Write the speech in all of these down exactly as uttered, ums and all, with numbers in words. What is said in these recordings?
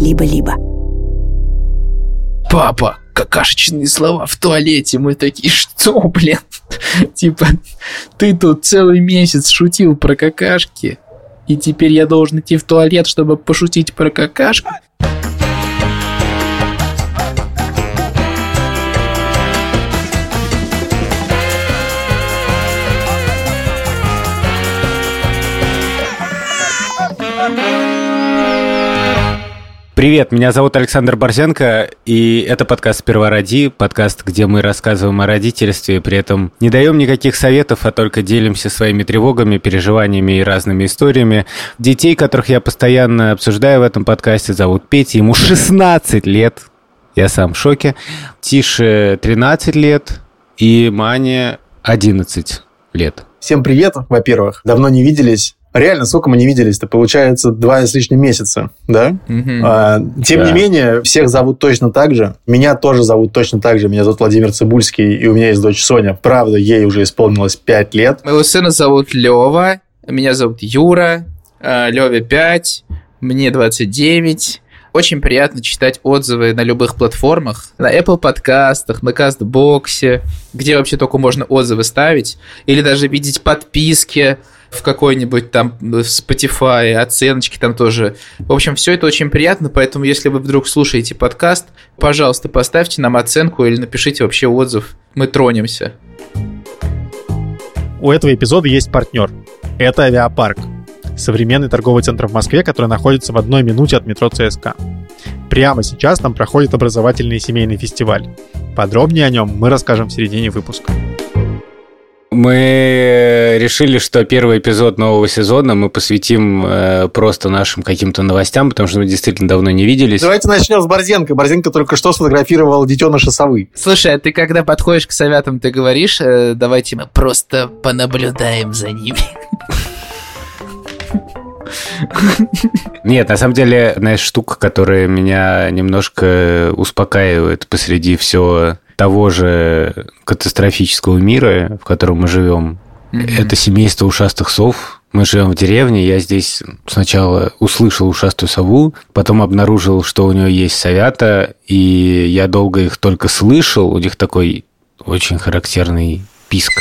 либо-либо. Папа, какашечные слова в туалете. Мы такие, что, блин? Типа, ты тут целый месяц шутил про какашки, и теперь я должен идти в туалет, чтобы пошутить про какашку? Привет, меня зовут Александр Борзенко, и это подкаст «Сперва роди», подкаст, где мы рассказываем о родительстве, при этом не даем никаких советов, а только делимся своими тревогами, переживаниями и разными историями. Детей, которых я постоянно обсуждаю в этом подкасте, зовут Петя, ему шестнадцать лет, я сам в шоке, Тише тринадцать лет и Мане одиннадцать лет. Всем привет, во-первых, давно не виделись. Реально, сколько мы не виделись-то? Получается, два с лишним месяца, да? Mm-hmm. А, тем да. не менее, всех зовут точно так же. Меня тоже зовут точно так же. Меня зовут Владимир Цибульский, и у меня есть дочь Соня. Правда, ей уже исполнилось пять лет. Моего сына зовут Лёва, меня зовут Юра, Лёве пять, мне двадцать девять. Очень приятно читать отзывы на любых платформах. На Apple подкастах, на Кастбоксе, где вообще только можно отзывы ставить. Или даже видеть подписки в какой-нибудь там Spotify, оценочки там тоже. В общем, все это очень приятно, поэтому если вы вдруг слушаете подкаст, пожалуйста, поставьте нам оценку или напишите вообще отзыв. Мы тронемся. У этого эпизода есть партнер. Это Авиапарк. Современный торговый центр в Москве, который находится в одной минуте от метро ЦСКА. Прямо сейчас там проходит образовательный семейный фестиваль. Подробнее о нем мы расскажем в середине выпуска. Мы решили, что первый эпизод нового сезона мы посвятим э, просто нашим каким-то новостям, потому что мы действительно давно не виделись. Давайте начнем с Борзенко. Борзенко только что сфотографировал детеныша совы. Слушай, а ты когда подходишь к совятам, ты говоришь, э, давайте мы просто понаблюдаем за ними. Нет, на самом деле, знаешь, штука, которая меня немножко успокаивает посреди всего того же катастрофического мира, в котором мы живем, mm-hmm. это семейство ушастых сов. Мы живем в деревне, я здесь сначала услышал ушастую сову, потом обнаружил, что у нее есть совята, и я долго их только слышал, у них такой очень характерный писк.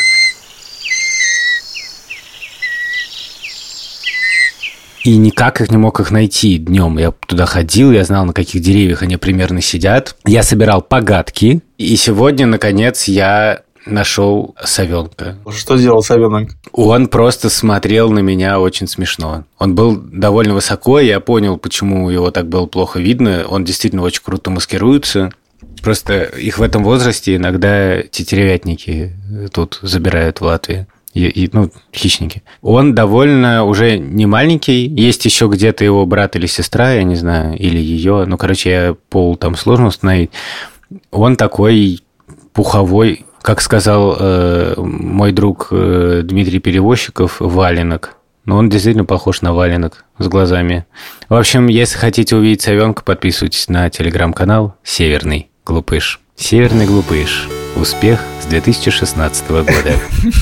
И никак их не мог их найти днем. Я туда ходил, я знал, на каких деревьях они примерно сидят. Я собирал погадки, и сегодня, наконец, я нашел совенка. Что делал совенок? Он просто смотрел на меня очень смешно. Он был довольно высоко, я понял, почему его так было плохо видно. Он действительно очень круто маскируется. Просто их в этом возрасте иногда тетеревятники тут забирают в Латвии. И, и, ну, хищники. Он довольно уже не маленький. Есть еще где-то его брат или сестра, я не знаю, или ее. Ну, короче, я пол там сложно установить. Он такой пуховой, как сказал э, мой друг э, Дмитрий Перевозчиков, валенок. Но он действительно похож на валенок с глазами. В общем, если хотите увидеть совенка, подписывайтесь на телеграм-канал «Северный глупыш». «Северный глупыш». Успех с две тысячи шестнадцатого года.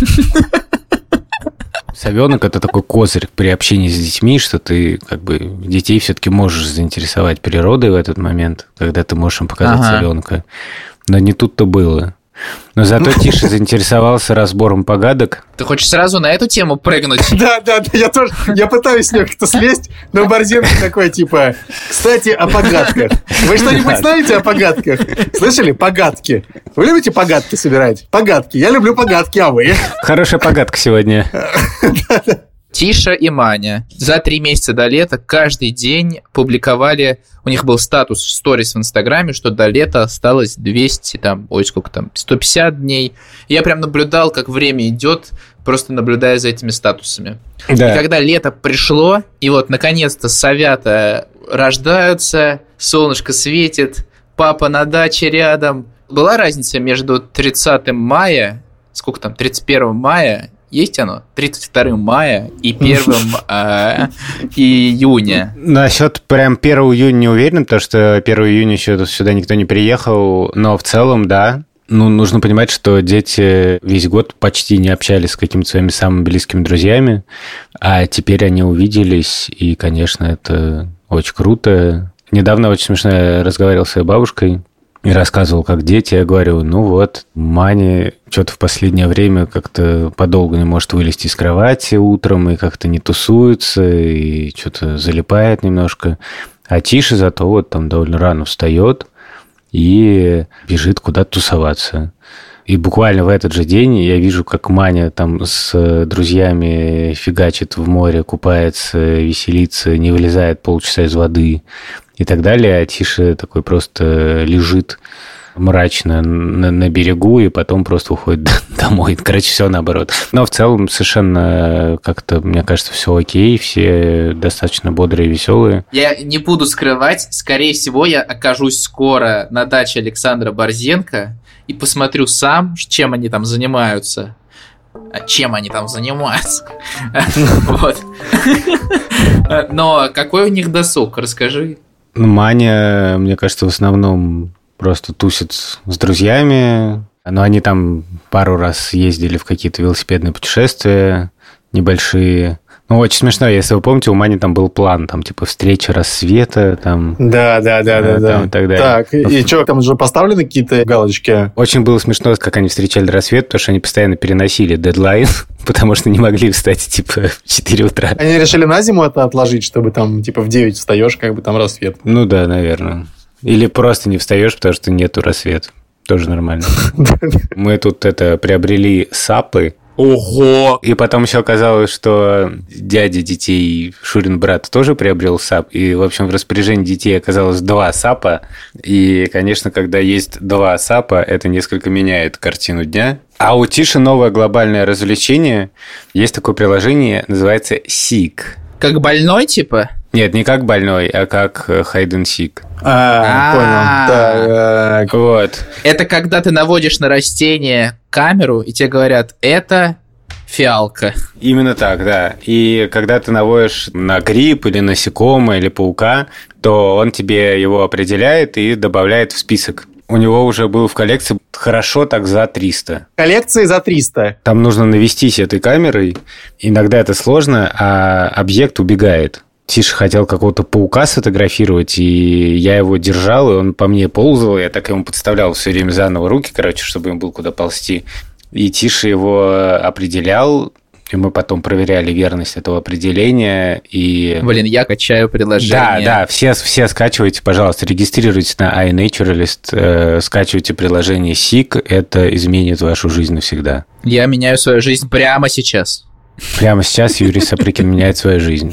Совенок – это такой козырь при общении с детьми, что ты как бы детей все-таки можешь заинтересовать природой в этот момент, когда ты можешь им показать ага. совенка. Но не тут-то было. Но зато Тиша заинтересовался разбором погадок. Ты хочешь сразу на эту тему прыгнуть? Да, да, да, я тоже, я пытаюсь с нее как-то слезть, но Борзенко такой, типа, кстати, о погадках. Вы что-нибудь знаете о погадках? Слышали? Погадки. Вы любите погадки собирать? Погадки. Я люблю погадки, а вы? Хорошая погадка сегодня. Тиша и Маня за три месяца до лета каждый день публиковали, у них был статус в сторис в Инстаграме, что до лета осталось двести, там, ой, сколько там, сто пятьдесят дней. Я прям наблюдал, как время идет, просто наблюдая за этими статусами. Да. И когда лето пришло, и вот наконец-то совята рождаются, солнышко светит, папа на даче рядом. Была разница между тридцатого мая, сколько там, тридцать первого мая, есть оно? тридцать второго мая и первого июня. Насчет прям первого июня не уверен, потому что первого июня еще сюда никто не приехал, но в целом, да. Ну, нужно понимать, что дети весь год почти не общались с какими-то своими самыми близкими друзьями, а теперь они увиделись, и, конечно, это очень круто. Недавно очень смешно я разговаривал с своей бабушкой и рассказывал, как дети. Я говорю, ну вот, Маня что-то в последнее время как-то подолгу не может вылезти из кровати утром и как-то не тусуется, и что-то залипает немножко. А Тиша зато вот там довольно рано встает и бежит куда-то тусоваться. И буквально в этот же день я вижу, как Маня там с друзьями фигачит в море, купается, веселится, не вылезает полчаса из воды и так далее. А Тиша такой просто лежит мрачно на, на берегу и потом просто уходит домой. Короче, все наоборот. Но в целом совершенно как-то, мне кажется, все окей, все достаточно бодрые и веселые. Я не буду скрывать, скорее всего, я окажусь скоро на даче Александра Борзенко и посмотрю сам, чем они там занимаются. А чем они там занимаются? Вот. Но какой у них досуг? Расскажи. Маня, мне кажется, в основном просто тусит с друзьями. Но они там пару раз ездили в какие-то велосипедные путешествия небольшие. Ну, очень смешно, если вы помните, у Мани там был план, там, типа, встреча рассвета, там... Да, да, да, да, да. И так далее. Так, и, и что, там уже поставлены какие-то галочки? Очень было смешно, как они встречали рассвет, потому что они постоянно переносили дедлайн, потому что не могли встать, типа, в четыре утра. Они решили на зиму это отложить, чтобы там, типа, в девять встаешь, как бы там рассвет. Ну да, наверное. Или просто не встаешь, потому что нету рассвета. Тоже нормально. Мы тут это приобрели сапы. Ого! И потом еще оказалось, что дядя детей, Шурин брат, тоже приобрел сап. И, в общем, в распоряжении детей оказалось два сапа. И, конечно, когда есть два сапа, это несколько меняет картину дня. А у Тиши новое глобальное развлечение. Есть такое приложение, называется Сик. Как больной, типа? Нет, не как больной, а как hide and seek. А, понял. Так. Вот. Это когда ты наводишь на растение камеру, и тебе говорят, это фиалка. Именно так, да. И когда ты наводишь на гриб или насекомое или паука, то он тебе его определяет и добавляет в список. У него уже был в коллекции хорошо так за триста. Коллекции за триста. Там нужно навестись этой камерой. Иногда это сложно, а объект убегает. Тиша хотел какого-то паука сфотографировать, и я его держал, и он по мне ползал, я так ему подставлял все время заново руки, короче, чтобы им было куда ползти. И Тиша его определял, и мы потом проверяли верность этого определения. И... Блин, я качаю приложение. Да, да, все, все скачивайте, пожалуйста, регистрируйтесь на iNaturalist, э, скачивайте приложение Сик, это изменит вашу жизнь навсегда. Я меняю свою жизнь прямо сейчас. Прямо сейчас Юрий Сапрыкин меняет свою жизнь.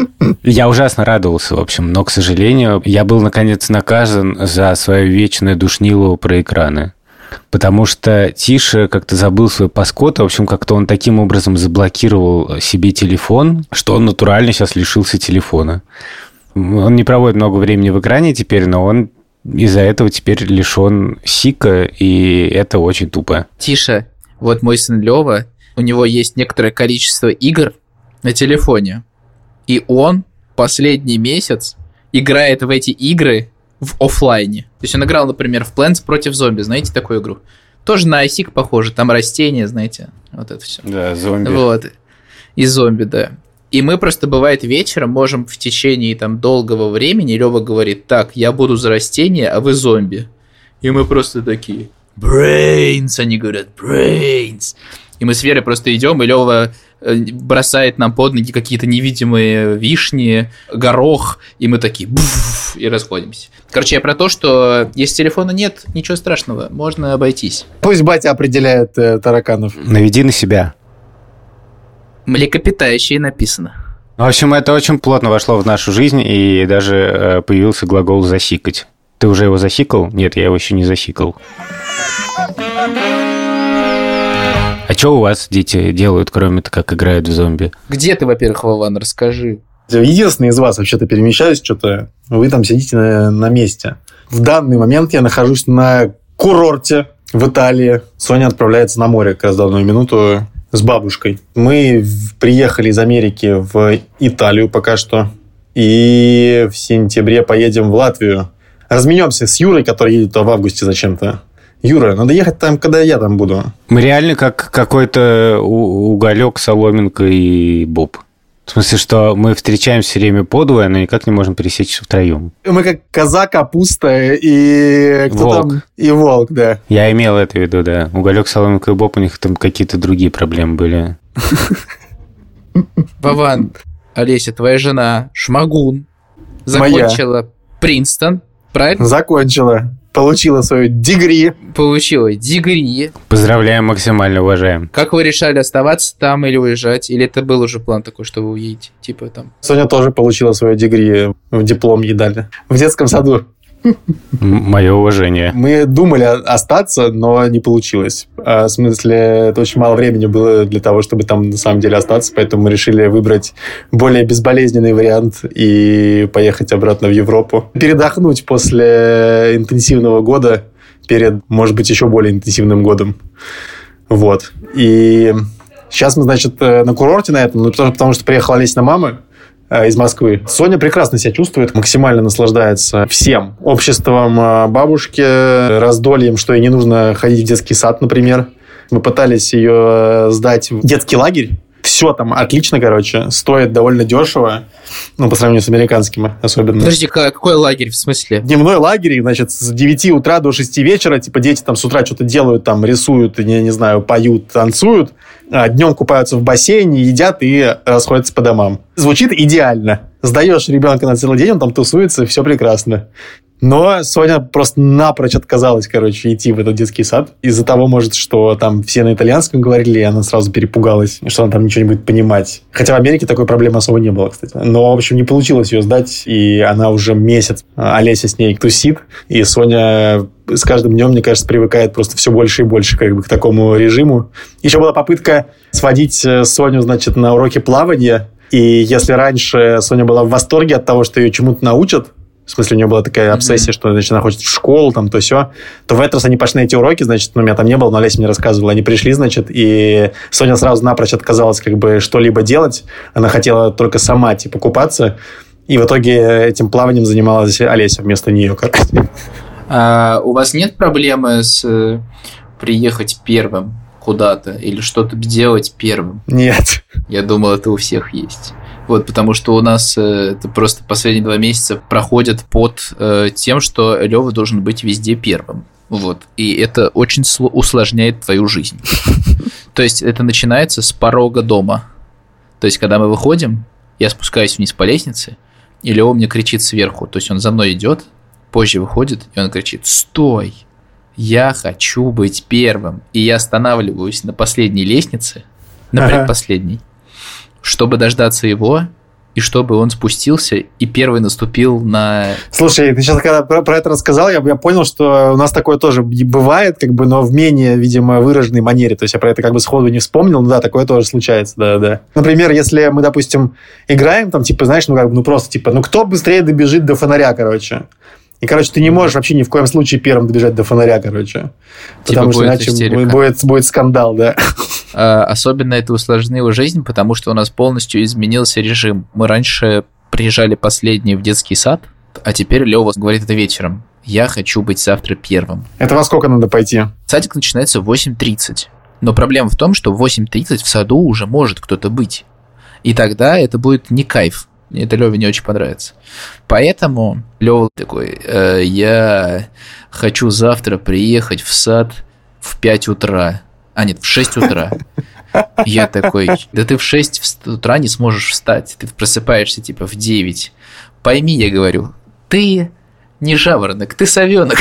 Я ужасно радовался, в общем, но, к сожалению, я был, наконец, наказан за свою вечную душнилу про экраны. Потому что Тиша как-то забыл свой паскод, в общем, как-то он таким образом заблокировал себе телефон, что он натурально сейчас лишился телефона. Он не проводит много времени в экране теперь, но он из-за этого теперь лишен Сика, и это очень тупо. Тиша, вот мой сын Лёва, у него есть некоторое количество игр на телефоне, и он последний месяц играет в эти игры в офлайне. То есть он играл, например, в Plants против зомби, знаете такую игру? Тоже на айсик похоже, там растения, знаете, вот это все. Да, зомби. Вот, и зомби, да. И мы просто, бывает, вечером можем в течение там долгого времени, Лёва говорит, так, я буду за растения, а вы зомби. И мы просто такие, brains, они говорят, brains. И мы с Верой просто идем, и Лёва бросает нам под ноги какие-то невидимые вишни, горох, и мы такие буф, и расходимся. Короче, я про то, что если телефона нет, ничего страшного, можно обойтись. Пусть батя определяет э, тараканов. Наведи на себя. Млекопитающие написано. В общем, это очень плотно вошло в нашу жизнь, и даже появился глагол «засикать». Ты уже его засикал? Нет, я его еще не засикал. А что у вас дети делают, кроме того, как играют в зомби? Где ты, во-первых, Вован, расскажи. Единственный из вас вообще-то перемещаюсь, что-то вы там сидите на, на месте. В данный момент я нахожусь на курорте в Италии. Соня отправляется на море как раз в данную минуту с бабушкой. Мы приехали из Америки в Италию пока что. И в сентябре поедем в Латвию. Разменемся с Юрой, который едет в августе зачем-то. Юра, надо ехать там, когда я там буду. Мы реально как какой-то уголек, соломинка и боб. В смысле, что мы встречаемся все время подвое, но никак не можем пересечься втроем. Мы как коза, капуста и... Кто волк. Там? И волк, да. Я имел это в виду, да. Уголек, соломинка и Боб, у них там какие-то другие проблемы были. Вован, Олеся, твоя жена Шмагун закончила Принстон, правильно? Закончила. Получила свою дегри. Получила дегри. Поздравляем, максимально уважаем. Как вы решали, оставаться там или уезжать? Или это был уже план такой, что вы уедете? Типа там... Соня тоже получила свою дегри, в диплом ей дали. В детском саду. Мое уважение. Мы думали остаться, но не получилось. В смысле, это очень мало времени было для того, чтобы там на самом деле остаться, поэтому мы решили выбрать более безболезненный вариант и поехать обратно в Европу. Передохнуть после интенсивного года перед, может быть, еще более интенсивным годом. Вот. И сейчас мы, значит, на курорте на этом, ну, потому, потому что приехала Олесина мама из Москвы. Соня прекрасно себя чувствует, максимально наслаждается всем. Обществом бабушки, раздольем, что ей не нужно ходить в детский сад, например. Мы пытались ее сдать в детский лагерь. Все там отлично, короче. Стоит довольно дешево. Ну, по сравнению с американским особенно. Подожди, какой лагерь, в смысле? Дневной лагерь, значит, с девяти утра до шести вечера. Типа дети там с утра что-то делают, там рисуют, не, не знаю, поют, танцуют. А днем купаются в бассейне, едят и расходятся по домам. Звучит идеально. Сдаешь ребенка на целый день, он там тусуется, все прекрасно. Но Соня просто напрочь отказалась, короче, идти в этот детский сад. Из-за того, может, что там все на итальянском говорили, и она сразу перепугалась, что она там ничего не будет понимать. Хотя в Америке такой проблемы особо не было, кстати. Но, в общем, не получилось ее сдать, и она уже месяц, Олеся с ней тусит, и Соня с каждым днем, мне кажется, привыкает просто все больше и больше как бы к такому режиму. Еще была попытка сводить Соню, значит, на уроки плавания, и если раньше Соня была в восторге от того, что ее чему-то научат, в смысле, у нее была такая обсессия, mm-hmm. что, значит, она хочет в школу, там, то все. То в этот раз они пошли на эти уроки, значит, ну, меня там не было, но Олеся мне рассказывала. Они пришли, значит, и Соня сразу напрочь отказалась, как бы, что-либо делать. Она хотела только сама, типа, купаться. И в итоге этим плаванием занималась Олеся вместо нее, короче. А у вас нет проблемы с э, приехать первым куда-то или что-то делать первым? Нет. Я думал, это у всех есть. Вот, потому что у нас э, это просто последние два месяца проходят под э, тем, что Лёва должен быть везде первым. Вот. И это очень сло- усложняет твою жизнь. То есть это начинается с порога дома. То есть когда мы выходим, я спускаюсь вниз по лестнице, и Лёва мне кричит сверху. То есть он за мной идет, позже выходит, и он кричит: «Стой! Я хочу быть первым!» И я останавливаюсь на последней лестнице, на предпоследней, чтобы дождаться его, и чтобы он спустился и первый наступил на... Слушай, ты сейчас когда про, про это рассказал, я, я понял, что у нас такое тоже бывает, как бы, но в менее, видимо, выраженной манере. То есть я про это как бы сходу не вспомнил, но да, такое тоже случается, да-да. Например, если мы, допустим, играем, там, типа, знаешь, ну, как бы, ну, просто, типа, ну, кто быстрее добежит до фонаря, короче. И, короче, ты не можешь вообще ни в коем случае первым добежать до фонаря, короче. Потому типа что иначе будет, будет скандал, да. А, особенно это усложнило жизнь, потому что у нас полностью изменился режим. Мы раньше приезжали последние в детский сад, а теперь Лёва говорит это вечером. Я хочу быть завтра первым. Это во сколько надо пойти? Садик начинается в восемь тридцать. Но проблема в том, что в восемь тридцать в саду уже может кто-то быть. И тогда это будет не кайф. Это Лёве не очень понравится. Поэтому Лёва такой: э, я хочу завтра приехать в сад в пять утра. А нет, в шесть утра. Я такой: да ты в шесть утра не сможешь встать. Ты просыпаешься типа в девять. Пойми, я говорю, ты не жаворонок, ты совенок.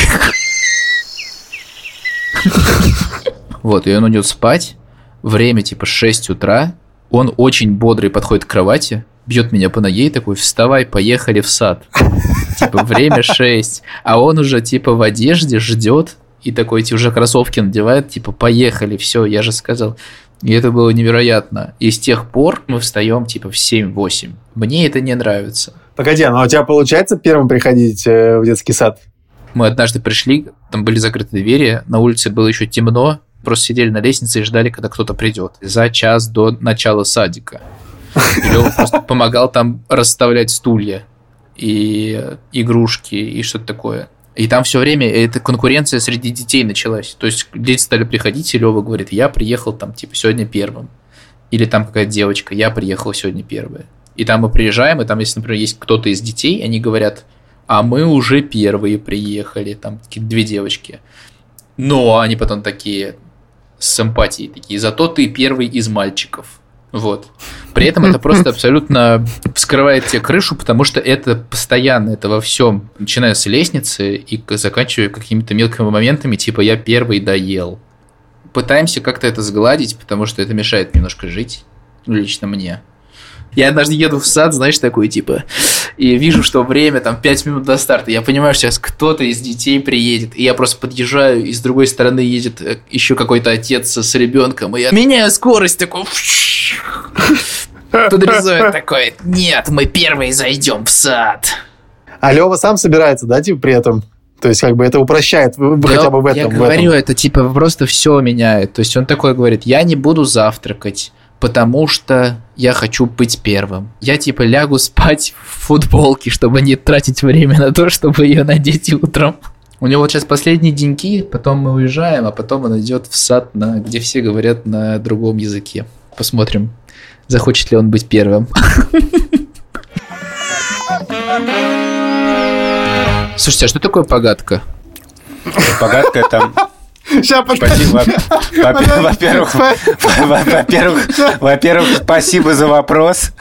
Вот, и он идет спать. Время типа шесть утра. Он очень бодрый подходит к кровати, бьет меня по ноге и такой: вставай, поехали в сад. Типа время шесть. А он уже типа в одежде ждет. И такой уже кроссовки надевает, типа, поехали, все, я же сказал. И это было невероятно. И с тех пор мы встаем, типа, в семь-восемь. Мне это не нравится. Погоди, ну а у тебя получается первым приходить в детский сад? Мы однажды пришли, там были закрыты двери, на улице было еще темно, просто сидели на лестнице и ждали, когда кто-то придет. За час до начала садика. И Лёва просто помогал там расставлять стулья и игрушки и что-то такое. И там все время эта конкуренция среди детей началась. То есть дети стали приходить, и Лёва говорит: я приехал там, типа, сегодня первым. или там какая-то девочка, я приехала сегодня первая. И там мы приезжаем, и там, если, например, есть кто-то из детей, они говорят, а мы уже первые приехали, там такие две девочки. Но они потом такие с эмпатией, такие, зато ты первый из мальчиков. Вот. При этом это просто абсолютно вскрывает тебе крышу, потому что это постоянно, это во всем, начиная с лестницы и заканчивая какими-то мелкими моментами, типа я первый доел. Пытаемся как-то это сгладить, потому что это мешает немножко жить, лично мне. Я однажды еду в сад, знаешь, такой, типа, и вижу, что время, там, пять минут до старта. Я понимаю, что сейчас кто-то из детей приедет, и я просто подъезжаю, и с другой стороны едет еще какой-то отец с ребенком, и я меняю скорость, такой, подрезаю такой, нет, мы первые зайдем в сад. А Лёва сам собирается, да, типа, при этом? То есть, как бы это упрощает да, хотя бы в этом. Я в говорю, этом. это, типа, просто все меняет. То есть, он такой говорит, я не буду завтракать, потому что я хочу быть первым. Я, типа, лягу спать в футболке, чтобы не тратить время на то, чтобы ее надеть утром. У него вот сейчас последние деньки, потом мы уезжаем, а потом он идет в сад, на, где все говорят на другом языке. Посмотрим, захочет ли он быть первым. Слушайте, а что такое погадка? Погадка это... Сейчас, спасибо. Во-первых, во-первых, во-первых, спасибо за вопрос.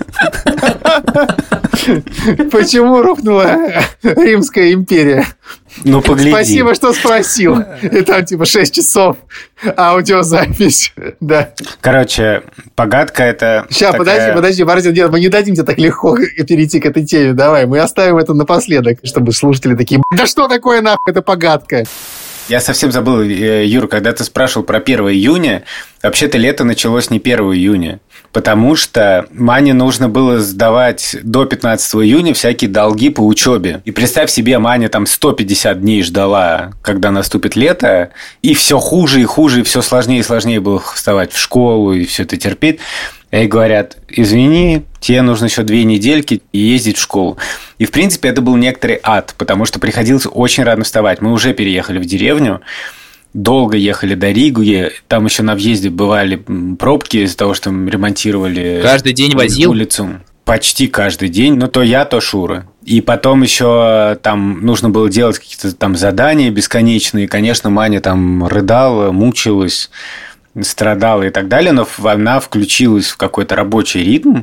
Почему рухнула Римская империя? Ну, погляди. Спасибо, что спросил. И там типа шесть часов аудиозапись. Да. Короче, погадка это... Сейчас, такая... подожди, подожди, Мартин, нет, мы не дадим тебе так легко перейти к этой теме. Давай, мы оставим это напоследок, чтобы слушатели такие, да что такое нахуй, это погадка? Я совсем забыл, Юр, когда ты спрашивал про первое июня, вообще-то лето началось не первого июня, потому что Мане нужно было сдавать до пятнадцатого июня всякие долги по учебе. И представь себе, Маня там сто пятьдесят дней ждала, когда наступит лето, и все хуже и хуже, и все сложнее и сложнее было вставать в школу и все это терпеть. И говорят, извини, тебе нужно еще две недельки и ездить в школу. И, в принципе, это был некоторый ад, потому что приходилось очень рано вставать. Мы уже переехали в деревню, долго ехали до Риги, там еще на въезде бывали пробки из-за того, что мы ремонтировали каждый день возил? Улицу. Почти каждый день, но то я, то Шура. И потом еще там нужно было делать какие-то там задания бесконечные. И, конечно, Маня там рыдала, мучилась, страдала и так далее, но она включилась в какой-то рабочий ритм,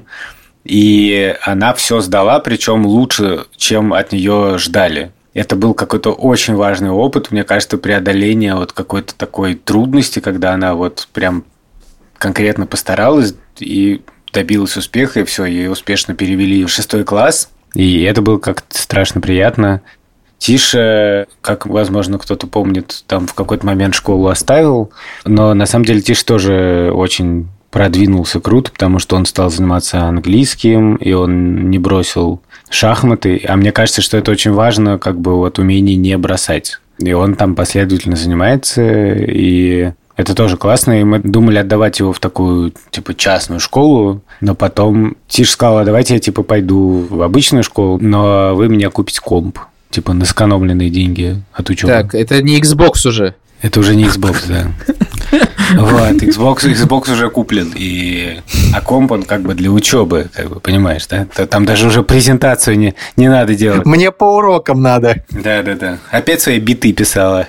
и она все сдала, причем лучше, чем от нее ждали. Это был какой-то очень важный опыт, мне кажется, преодоление вот какой-то такой трудности, когда она вот прям конкретно постаралась и добилась успеха, и все, ее успешно перевели в шестой класс, и это было как-то страшно приятно. Тиша, как, возможно, кто-то помнит, там в какой-то момент школу оставил, но на самом деле Тиша тоже очень продвинулся круто, потому что он стал заниматься английским, и он не бросил шахматы. А мне кажется, что это очень важно, как бы вот умение не бросать. И он там последовательно занимается, и это тоже классно. И мы думали отдавать его в такую, типа, частную школу, но потом Тиша сказала, давайте я, типа, пойду в обычную школу, но вы меня купите комп. Типа на сэкономленные деньги от учебы. Так, это не Xbox уже. Это уже не Xbox, да. Вот, Xbox, Xbox уже куплен, и... а комп он как бы для учебы, как бы, понимаешь, да? Там даже уже презентацию не, не надо делать. Мне по урокам надо. Да-да-да. Опять свои биты писала.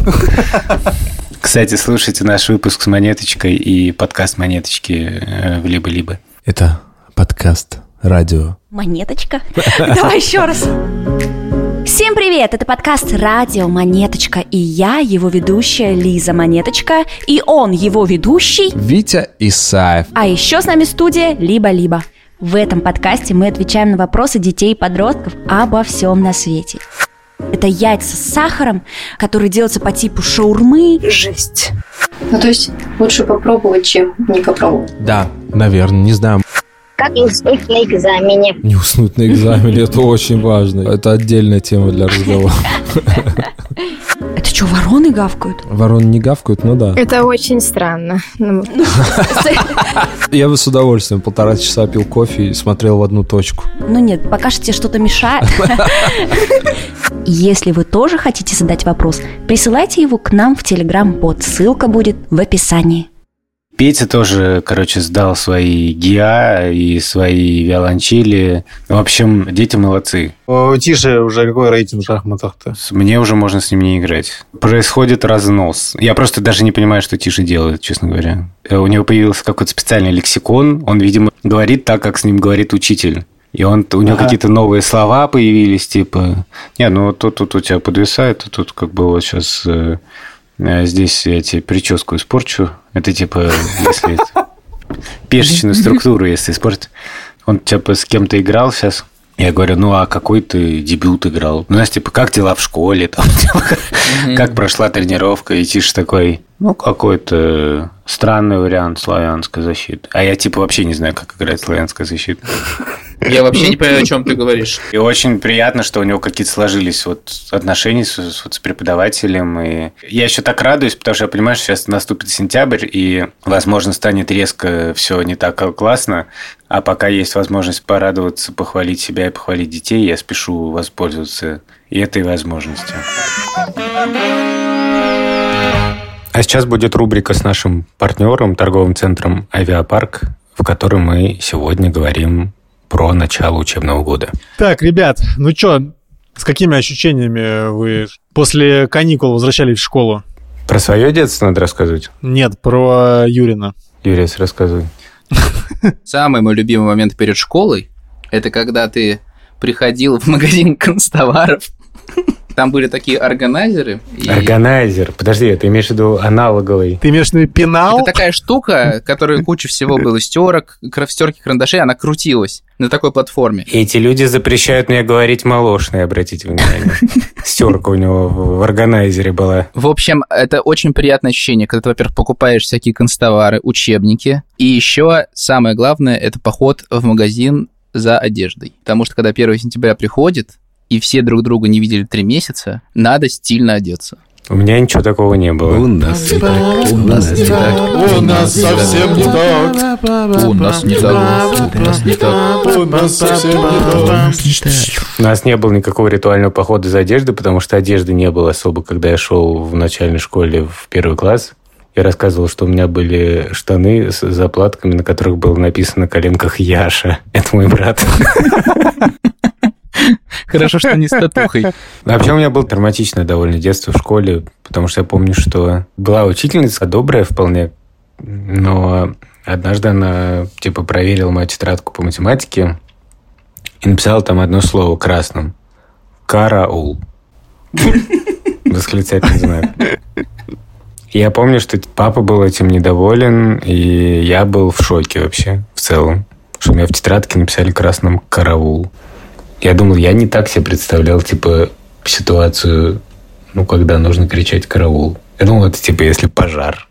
Кстати, слушайте наш выпуск с Монеточкой и подкаст Монеточки в «Либо-либо». Это подкаст радио. Монеточка? Давай еще раз. Всем привет! Это подкаст «Радио Монеточка», и я, его ведущая Лиза Монеточка, и он, его ведущий Витя Исаев. А еще с нами студия «Либо-либо». В этом подкасте мы отвечаем на вопросы детей и подростков обо всем на свете. Это яйца с сахаром, которые делаются по типу шаурмы. Жесть. Ну, то есть лучше попробовать, чем не попробовать. Да, наверное, не знаю. Как не уснуть на экзамене? Не уснуть на экзамене, это очень важно. Это отдельная тема для разговора. Это что, вороны гавкают? Вороны не гавкают, ну да. Это очень странно. Я бы с удовольствием полтора часа пил кофе и смотрел в одну точку. Ну нет, пока что тебе что-то мешает. Если вы тоже хотите задать вопрос, присылайте его к нам в Telegram-бот. Ссылка будет в описании. Петя тоже, короче, сдал свои ГИА и свои виолончели. В общем, дети молодцы. У Тиши уже какой рейтинг в шахматах-то? Мне уже можно с ним не играть. Происходит разнос. Я просто даже не понимаю, что Тиша делает, честно говоря. У него появился какой-то специальный лексикон. Он, видимо, говорит так, как с ним говорит учитель. И он, у него ага. какие-то новые слова появились, типа... Не, ну тут, тут у тебя подвисает, тут как бы вот сейчас... Здесь я тебе прическу испорчу. Это типа, если пешечную структуру, если испортить. Он типа с кем-то играл сейчас. Я говорю, ну а какой ты дебют играл? Ну, знаешь, типа, как дела в школе? Там, типа, как прошла тренировка? И Тиша такой, ну, какой-то странный вариант славянской защиты. А я типа вообще не знаю, как играть славянская защита. Я вообще не понимаю, о чем ты говоришь. И очень приятно, что у него какие-то сложились вот отношения с, вот, с преподавателем. И я еще так радуюсь, потому что я понимаю, что сейчас наступит сентябрь, и, возможно, станет резко все не так классно. А пока есть возможность порадоваться, похвалить себя и похвалить детей, я спешу воспользоваться и этой возможностью. А сейчас будет рубрика с нашим партнером, торговым центром «Авиапарк», в котором мы сегодня говорим про начало учебного года. Так, ребят, ну что, с какими ощущениями вы после каникул возвращались в школу? Про свое детство надо рассказывать? Нет, про Юрина. Юрис, рассказывай. Самый мой любимый момент перед школой – это когда ты приходил в магазин канцтоваров. Там были такие органайзеры. И... Органайзер? Подожди, ты имеешь в виду аналоговый? Ты имеешь в виду пенал? Это такая штука, которая куча всего было стерок, стерки карандашей, она крутилась на такой платформе. Эти люди запрещают мне говорить молочный, обратите внимание. Стерка у него в органайзере была. В общем, это очень приятное ощущение, когда ты, во-первых, покупаешь всякие канцтовары, учебники. И еще самое главное – это поход в магазин за одеждой. Потому что когда первого сентября приходит, и все друг друга не видели три месяца, надо стильно одеться. У меня ничего такого не было. У нас не так, у нас не так, у нас совсем не так. У нас не так, у нас не так, у нас совсем не так. У нас не было никакого ритуального похода за одеждой, потому что одежды не было особо, когда я шел в начальной школе в первый класс. Я рассказывал, что у меня были штаны с заплатками, на которых было написано на коленках «Яша». Это мой брат. Хорошо, что не с татухой. Вообще у меня было травматичное довольно детство в школе, потому что я помню, что была учительница добрая вполне, но однажды она типа проверила мою тетрадку по математике и написала там одно слово красным. «Караул». Восклицательный знак. Я помню, что папа был этим недоволен, и я был в шоке вообще в целом, что у меня в тетрадке написали красным «Караул». Я думал, я не так себе представлял, типа, ситуацию, ну, когда нужно кричать «караул». Я думал, это, типа, если пожар.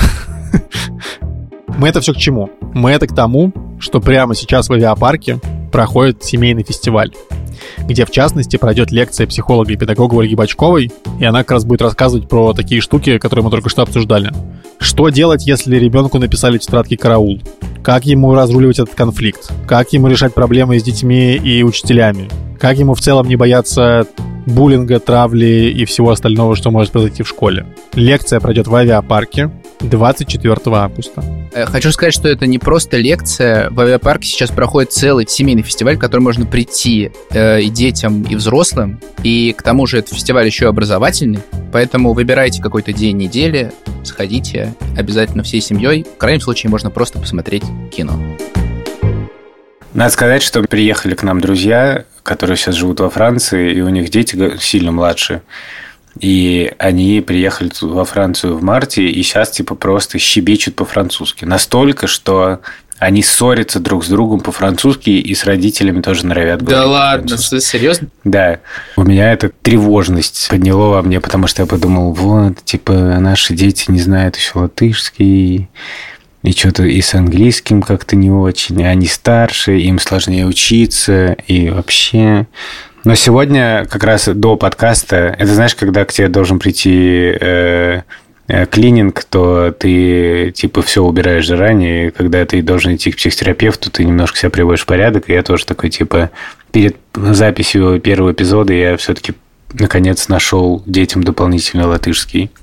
Мы это все к чему? Мы это к тому, что прямо сейчас в авиапарке проходит семейный фестиваль, где, в частности, пройдет лекция психолога и педагога Ольги Бочковой, и она как раз будет рассказывать про такие штуки, которые мы только что обсуждали. Что делать, если ребенку написали в тетрадке «караул»? Как ему разруливать этот конфликт? Как ему решать проблемы с детьми и учителями? Как ему в целом не бояться буллинга, травли и всего остального, что может произойти в школе? Лекция пройдет в авиапарке двадцать четвёртого августа. Хочу сказать, что это не просто лекция. В авиапарке сейчас проходит целый семейный фестиваль, в который можно прийти э, и детям, и взрослым. И к тому же этот фестиваль еще образовательный. Поэтому выбирайте какой-то день недели, сходите обязательно всей семьей. В крайнем случае можно просто посмотреть кино. Надо сказать, что приехали к нам друзья, которые сейчас живут во Франции, и у них дети сильно младше. И они приехали во Францию в марте, и сейчас типа просто щебечут по-французски. Настолько, что они ссорятся друг с другом по-французски и с родителями тоже норовят говорить. Да ладно, серьезно? Да. У меня эта тревожность подняло во мне, потому что я подумал, вот, типа, наши дети не знают еще латышский, и что-то и с английским как-то не очень, и они старше, им сложнее учиться, и вообще... Но сегодня как раз до подкаста, это знаешь, когда к тебе должен прийти э, э, клининг, то ты типа все убираешь заранее, и когда ты должен идти к психотерапевту, ты немножко себя приводишь в порядок, и я тоже такой типа перед записью первого эпизода я все-таки наконец нашел детям дополнительный латышский.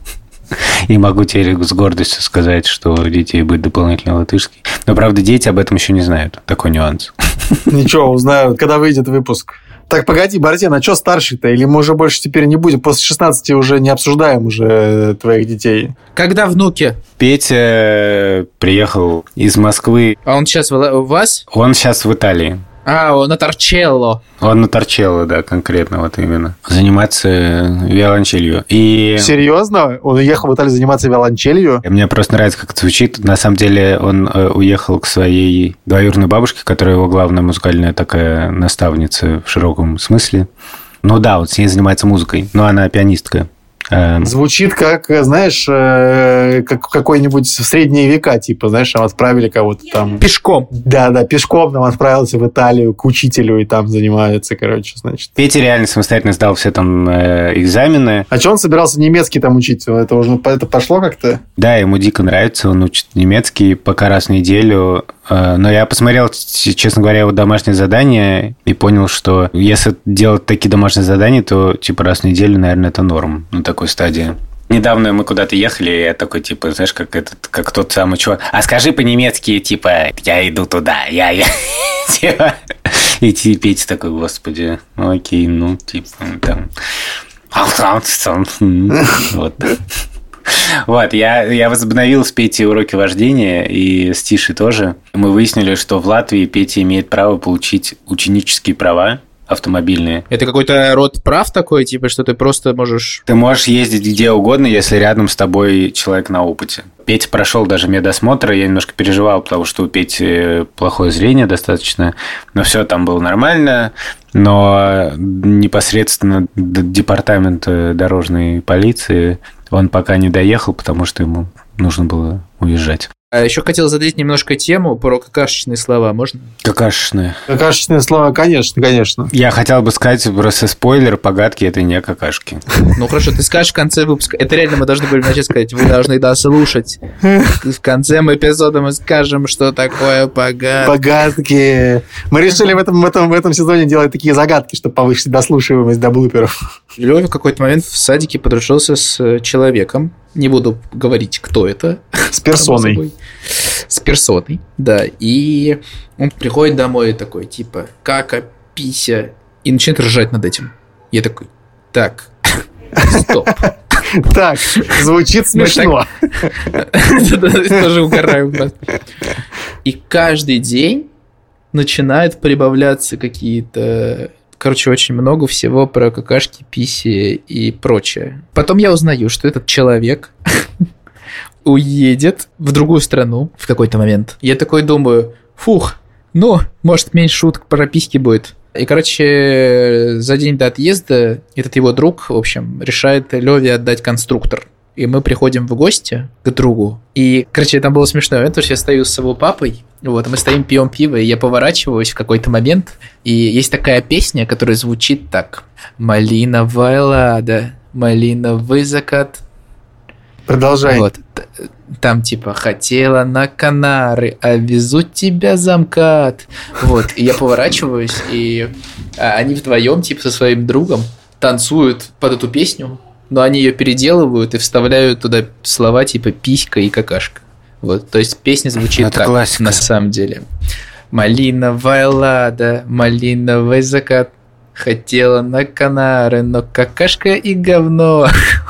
И могу теперь с гордостью сказать, что у детей будет дополнительный латышский. Но, правда, дети об этом еще не знают. Такой нюанс. Ничего, узнают, когда выйдет выпуск. Так, погоди, Бартен, а что старший-то? Или мы уже больше теперь не будем? После шестнадцати уже не обсуждаем уже твоих детей. Когда внуки? Петя приехал из Москвы. А он сейчас у вас? Он сейчас в Италии. А, он на Торчелло. Он на Торчелло, да, конкретно, вот именно. Заниматься виолончелью. И... Серьезно? Он уехал в Италию заниматься виолончелью? Мне просто нравится, как это звучит. На самом деле он уехал к своей двоюродной бабушке, которая его главная музыкальная такая наставница в широком смысле. Ну да, вот с ней занимается музыкой. Но она пианистка. Звучит как, знаешь, как какой-нибудь в средние века, типа, знаешь, там отправили кого-то там... Пешком. Да-да, пешком там отправился в Италию к учителю и там занимается, короче, значит. Петя реально самостоятельно сдал все там экзамены. А что он собирался немецкий там учить? Это уже это пошло как-то? Да, ему дико нравится, он учит немецкий пока раз в неделю. Но я посмотрел, честно говоря, его домашнее задание и понял, что если делать такие домашние задания, то типа раз в неделю, наверное, это норм на такой стадии. Недавно мы куда-то ехали, и я такой, типа, знаешь, как этот, как тот самый чувак. А скажи по-немецки, типа, я иду туда, я... я. И Петя такой, господи, ну окей, ну, типа, там... Вот. Вот, я, я возобновил с Петей уроки вождения, и с Тишей тоже. Мы выяснили, что в Латвии Петя имеет право получить ученические права автомобильные. Это какой-то род прав такой, типа, что ты просто можешь... Ты можешь ездить где угодно, если рядом с тобой человек на опыте. Петя прошел даже медосмотр, и я немножко переживал, потому что у Пети плохое зрение достаточно, но все там было нормально. Но непосредственно до департамента дорожной полиции он пока не доехал, потому что ему нужно было уезжать. А еще хотел задать немножко тему про какашечные слова, можно? Какашечные. Какашечные слова, конечно, конечно. Я хотел бы сказать просто спойлер, погадки – это не какашки. Ну хорошо, ты скажешь в конце выпуска. Это реально мы должны были начать сказать, вы должны дослушать. В конце эпизода мы скажем, что такое погадки. Погадки. Мы решили в этом, в этом, в этом сезоне делать такие загадки, чтобы повысить дослушиваемость до блуперов. Лёва в какой-то момент в садике подружился с человеком. Не буду говорить, кто это. С персоной. С персоной, да. И он приходит домой такой, типа, кака, пися, и начинает ржать над этим. Я такой, так, стоп. Так, звучит смешно. Тоже угораем. И каждый день начинают прибавляться какие-то... Короче, очень много всего про какашки, писи и прочее. Потом я узнаю, что этот человек уедет в другую страну в какой-то момент. Я такой думаю, фух, ну, может, меньше шуток про письки будет. И, короче, за день до отъезда этот его друг, в общем, решает Лёве отдать конструктор. И мы приходим в гости к другу. И, короче, там был смешной момент, потому что я стою с его папой, вот, мы стоим, пьем пиво, и я поворачиваюсь в какой-то момент, и есть такая песня, которая звучит так. «Малиновая лада, малиновый закат». Продолжай. Вот. Там типа «Хотела на Канары, а везут тебя замкат». Вот, и я поворачиваюсь, и они вдвоем, типа, со своим другом танцуют под эту песню, но они ее переделывают и вставляют туда слова типа «писька» и «какашка». Вот, то есть песня звучит это так, классика. На самом деле. «Малиновая лада, малиновый закат, хотела на Канары, но какашка и говно».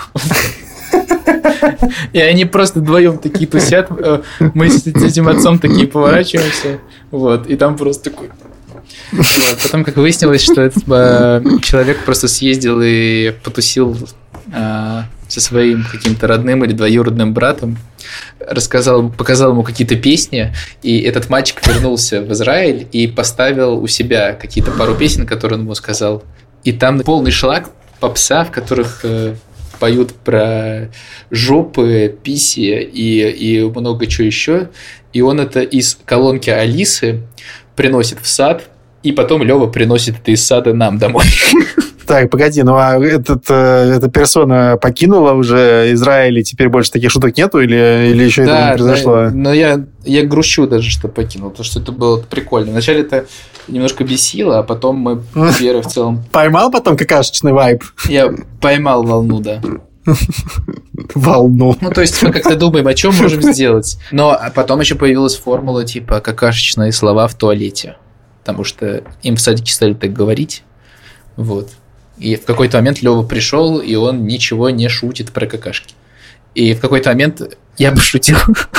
И они просто вдвоем такие тусят. Мы с этим отцом такие поворачиваемся. Вот, и там просто такой... Вот. Потом, как выяснилось, что этот э, человек просто съездил и потусил э, со своим каким-то родным или двоюродным братом, рассказал, показал ему какие-то песни, и этот мальчик вернулся в Израиль и поставил у себя какие-то пару песен, которые он ему сказал. И там полный шлак попса, в которых э, поют про жопы, писи и, и много чего еще. И он это из колонки Алисы приносит в сад, и потом Лёва приносит это из сада нам домой. Так, погоди, ну а этот, эта персона покинула уже Израиль, и теперь больше таких шуток нету, или, или еще да, это не произошло? Да, но я, я грущу даже, что покинул, потому что это было прикольно. Вначале это немножко бесило, а потом мы веры в целом... Поймал потом какашечный вайб? Я поймал волну, да. волну. Ну, то есть мы как-то думаем, о чем можем сделать. Но потом еще появилась формула типа какашечные слова в туалете. Потому что им в садике стали так говорить. Вот. И в какой-то момент Лёва пришел, и он ничего не шутит про какашки. И в какой-то момент я пошутил.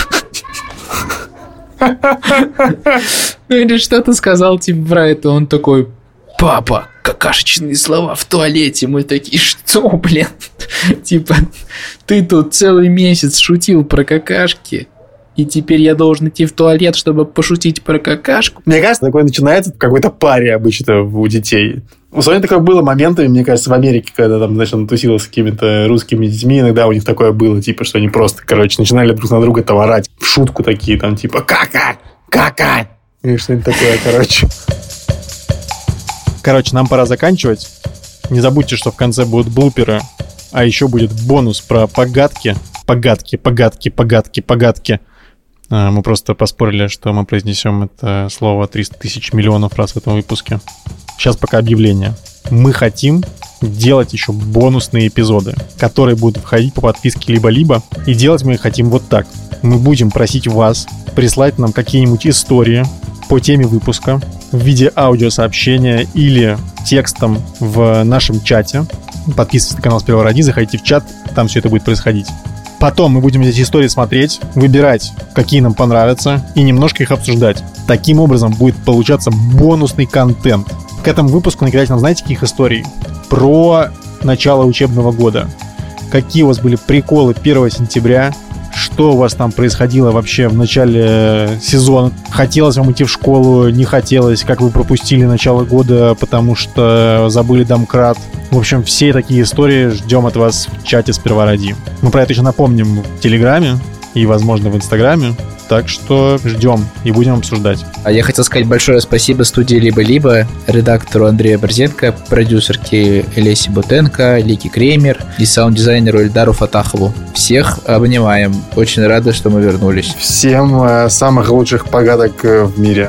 Или что-то сказал типа про это. Он такой: папа, какашечные слова в туалете. Мы такие: что, блин? Типа, ты тут целый месяц шутил про какашки, и теперь я должен идти в туалет, чтобы пошутить про какашку. Мне кажется, такое начинается в какой-то паре обычно у детей. У Сони такое было моментами, мне кажется, в Америке, когда там, значит, он тусил с какими-то русскими детьми, иногда у них такое было, типа, что они просто, короче, начинали друг на друга там орать в шутку такие, там, типа, кака, кака, и что-нибудь такое, короче. Короче, нам пора заканчивать. Не забудьте, что в конце будут блуперы, а еще будет бонус про погадки. Погадки, погадки, погадки, погадки. Мы просто поспорили, что мы произнесем это слово триста тысяч миллионов раз в этом выпуске. Сейчас пока объявление. Мы хотим делать еще бонусные эпизоды, которые будут входить по подписке либо-либо. И делать мы их хотим вот так. Мы будем просить вас прислать нам какие-нибудь истории по теме выпуска в виде аудиосообщения или текстом в нашем чате. Подписывайтесь на канал «Сперва роди», заходите в чат, там все это будет происходить. Потом мы будем эти истории смотреть, выбирать, какие нам понравятся, и немножко их обсуждать. Таким образом будет получаться бонусный контент. К этому выпуску накидайте нам, знаете, каких историй? Про начало учебного года. Какие у вас были приколы первого сентября? Что у вас там происходило вообще в начале сезона? Хотелось вам идти в школу, не хотелось? Как вы пропустили начало года, потому что забыли домкрат? В общем, все такие истории ждем от вас в чате «Сперва роди». Мы про это еще напомним в Телеграме и, возможно, в Инстаграме. Так что ждем и будем обсуждать. А я хотел сказать большое спасибо студии «Либо-либо», редактору Андрею Борзенко, продюсерке Лесе Бутенко, Лике Кремер и саунд-дизайнеру Эльдару Фатахову. Всех обнимаем. Очень рады, что мы вернулись. Всем э, самых лучших погадок э, в мире.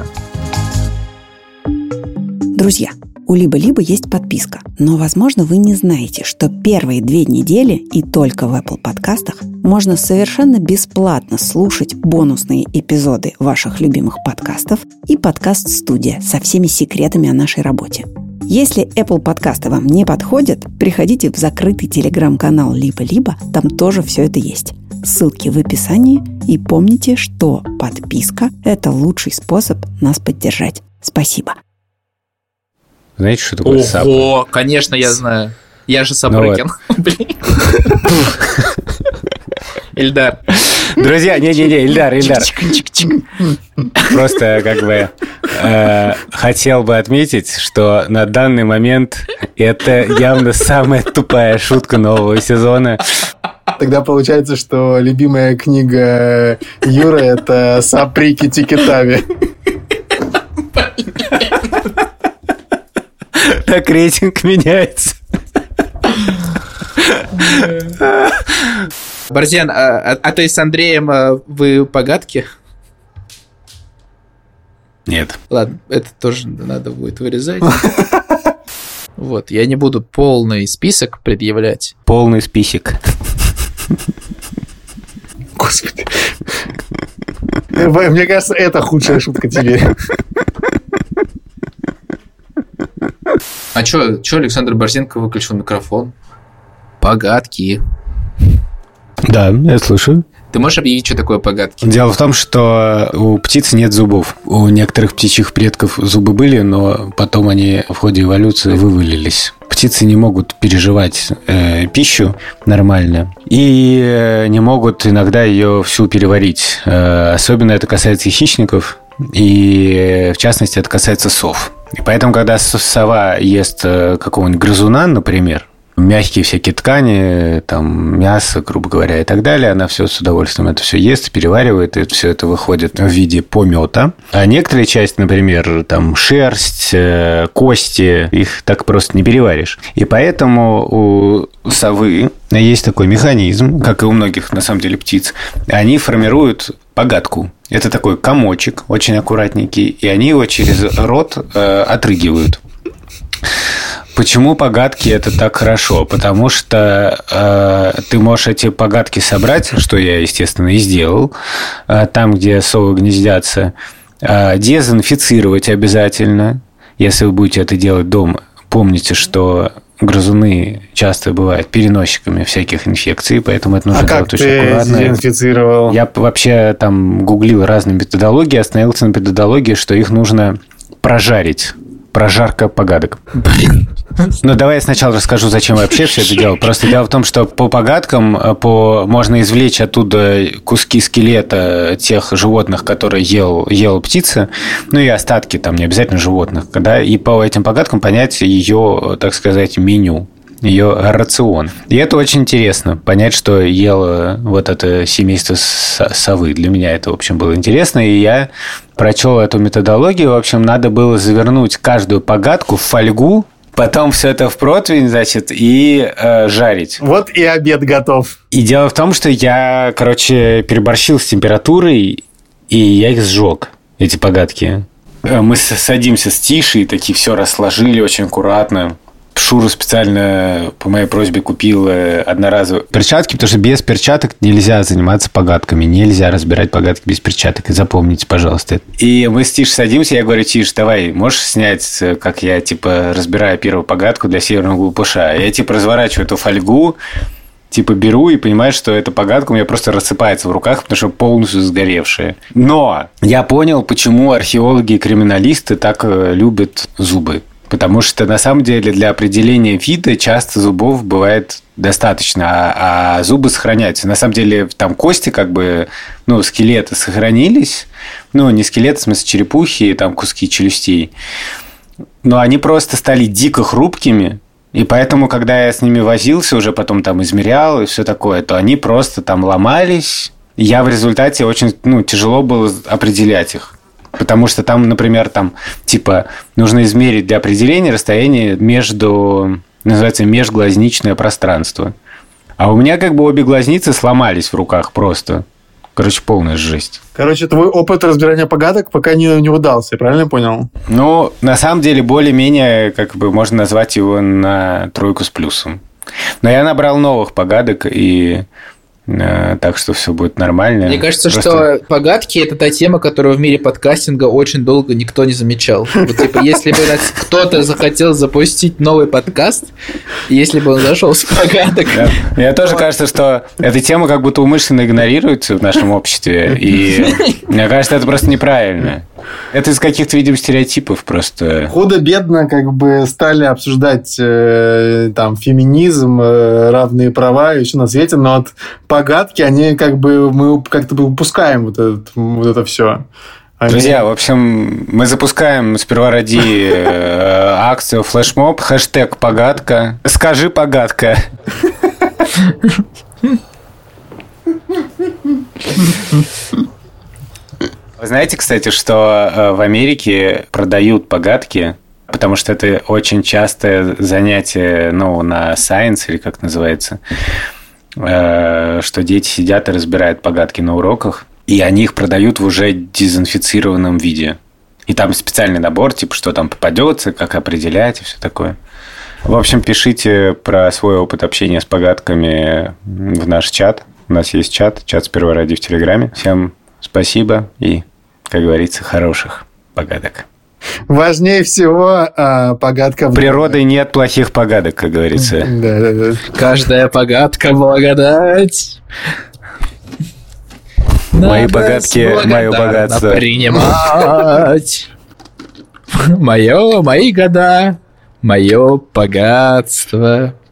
Друзья, у Либо-Либо есть подписка, но, возможно, вы не знаете, что первые две недели и только в Apple подкастах можно совершенно бесплатно слушать бонусные эпизоды ваших любимых подкастов и подкаст-студия со всеми секретами о нашей работе. Если Apple подкасты вам не подходят, приходите в закрытый телеграм-канал Либо-Либо, там тоже все это есть. Ссылки в описании, и помните, что подписка – это лучший способ нас поддержать. Спасибо. Знаете, что такое САП? Ого, конечно, я знаю. Я же Сапрыкин. Блин. Ильдар. Друзья, не-не-не, Ильдар, Ильдар. Просто как бы э, хотел бы отметить, что на данный момент это явно самая тупая шутка нового сезона. Тогда получается, что любимая книга Юры – это «Саприки Тикитави». Так рейтинг меняется. Борзен, а, а, а то есть с Андреем а, вы погадки? Нет. Ладно, это тоже надо будет вырезать. Вот, я не буду полный список предъявлять. Полный список. Господи. Мне кажется, это худшая шутка тебе. А чё, чё Александр Борзенко выключил микрофон? Погадки. Да, я слышу. Ты можешь объявить, что такое погадки? Дело в том, что у птиц нет зубов. У некоторых птичьих предков зубы были, но потом они в ходе эволюции вывалились. Птицы не могут переживать э, пищу нормально и э, не могут иногда ее всю переварить. Э, особенно это касается и хищников, и э, в частности это касается сов. И поэтому, когда сова ест э, какого-нибудь грызуна, например, мягкие всякие ткани, там, мясо, грубо говоря, и так далее, она все с удовольствием это все ест, переваривает, и все это выходит в виде помета. А некоторые части, например, там, шерсть, кости, их так просто не переваришь. И поэтому у совы есть такой механизм, как и у многих, на самом деле, птиц, они формируют погадку. Это такой комочек, очень аккуратненький, и они его через рот э, отрыгивают. Почему погадки это так хорошо? Потому что э, ты можешь эти погадки собрать, что я, естественно, и сделал, э, там, где совы гнездятся, э, дезинфицировать обязательно. Если вы будете это делать дома, помните, что грызуны часто бывают переносчиками всяких инфекций, поэтому это нужно а делать как очень ты аккуратно. Дезинфицировал? Я вообще там гуглил разные методологии, остановился на методологии, что их нужно прожарить. Прожарка погадок. Ну, давай я сначала расскажу, зачем я вообще все это делал. Просто дело в том, что по погадкам по... можно извлечь оттуда куски скелета тех животных, которые ел, ел птица, ну и остатки, там, не обязательно животных, да, и по этим погадкам понять ее, так сказать, меню, ее рацион. И это очень интересно, понять, что ело вот это семейство совы. Для меня это, в общем, было интересно, и я прочел эту методологию. В общем, надо было завернуть каждую погадку в фольгу, потом все это в противень, значит, и э, жарить. Вот и обед готов. И дело в том, что я, короче, переборщил с температурой, и я их сжег, эти погадки. Мы садимся с Тишей, такие все расложили очень аккуратно. Шура специально по моей просьбе купил одноразовые перчатки, потому что без перчаток нельзя заниматься погадками. Нельзя разбирать погадки без перчаток. И запомните, пожалуйста. И мы с Тиш садимся, я говорю: Тиш, давай, можешь снять, как я, типа, разбираю первую погадку для северного глупыша? Я, типа, разворачиваю эту фольгу, типа, беру и понимаю, что эта погадка у меня просто рассыпается в руках, потому что полностью сгоревшая. Но я понял, почему археологи и криминалисты так любят зубы. Потому что, на самом деле, для определения вида часто зубов бывает достаточно, а, а зубы сохраняются. На самом деле, там кости, как бы, ну, скелеты сохранились. Ну, не скелеты, в смысле, черепухи, там куски челюстей. Но они просто стали дико хрупкими. И поэтому, когда я с ними возился, уже потом там измерял и все такое, то они просто там ломались. И я в результате очень, ну, тяжело было определять их. Потому что там, например, там, типа, нужно измерить для определения расстояние между, называется, межглазничное пространство. А у меня как бы обе глазницы сломались в руках просто. Короче, полная жесть. Короче, твой опыт разбирания погадок пока не, не удался, я правильно понял? Ну, на самом деле, более-менее, как бы, можно назвать его на тройку с плюсом. Но я набрал новых погадок, и... так что все будет нормально. Мне кажется, Просто... что погадки – это та тема, которую в мире подкастинга очень долго никто не замечал. Вот, типа, если бы кто-то захотел запустить новый подкаст, если бы он зашел с погадок... Да. Мне тоже кажется, что эта тема как будто умышленно игнорируется в нашем обществе, и мне кажется, это просто неправильно. Это из каких-то, видимо, стереотипов просто. Худо-бедно как бы стали обсуждать э, там феминизм, э, равные права и все на свете, но от погадки они как бы мы как-то упускаем вот это, вот это все. Они... Друзья, в общем, мы запускаем сперва ради э, акцию флешмоб, хэштег погадка. Скажи погадка. Вы знаете, кстати, что в Америке продают погадки, потому что это очень частое занятие, ну, на Science, или как называется, что дети сидят и разбирают погадки на уроках, и они их продают в уже дезинфицированном виде. И там специальный набор, типа, что там попадется, как определять и все такое. В общем, пишите про свой опыт общения с погадками в наш чат. У нас есть чат, чат «Сперва ради» в Телеграме. Всем спасибо и, как говорится, хороших погадок. Важнее всего а, погадка... Природой нет плохих погадок, как говорится. Да, да, да. Каждая погадка – благодать. Мои погадки, мое богатство. Принимать. Мое, мои года, мое богатство.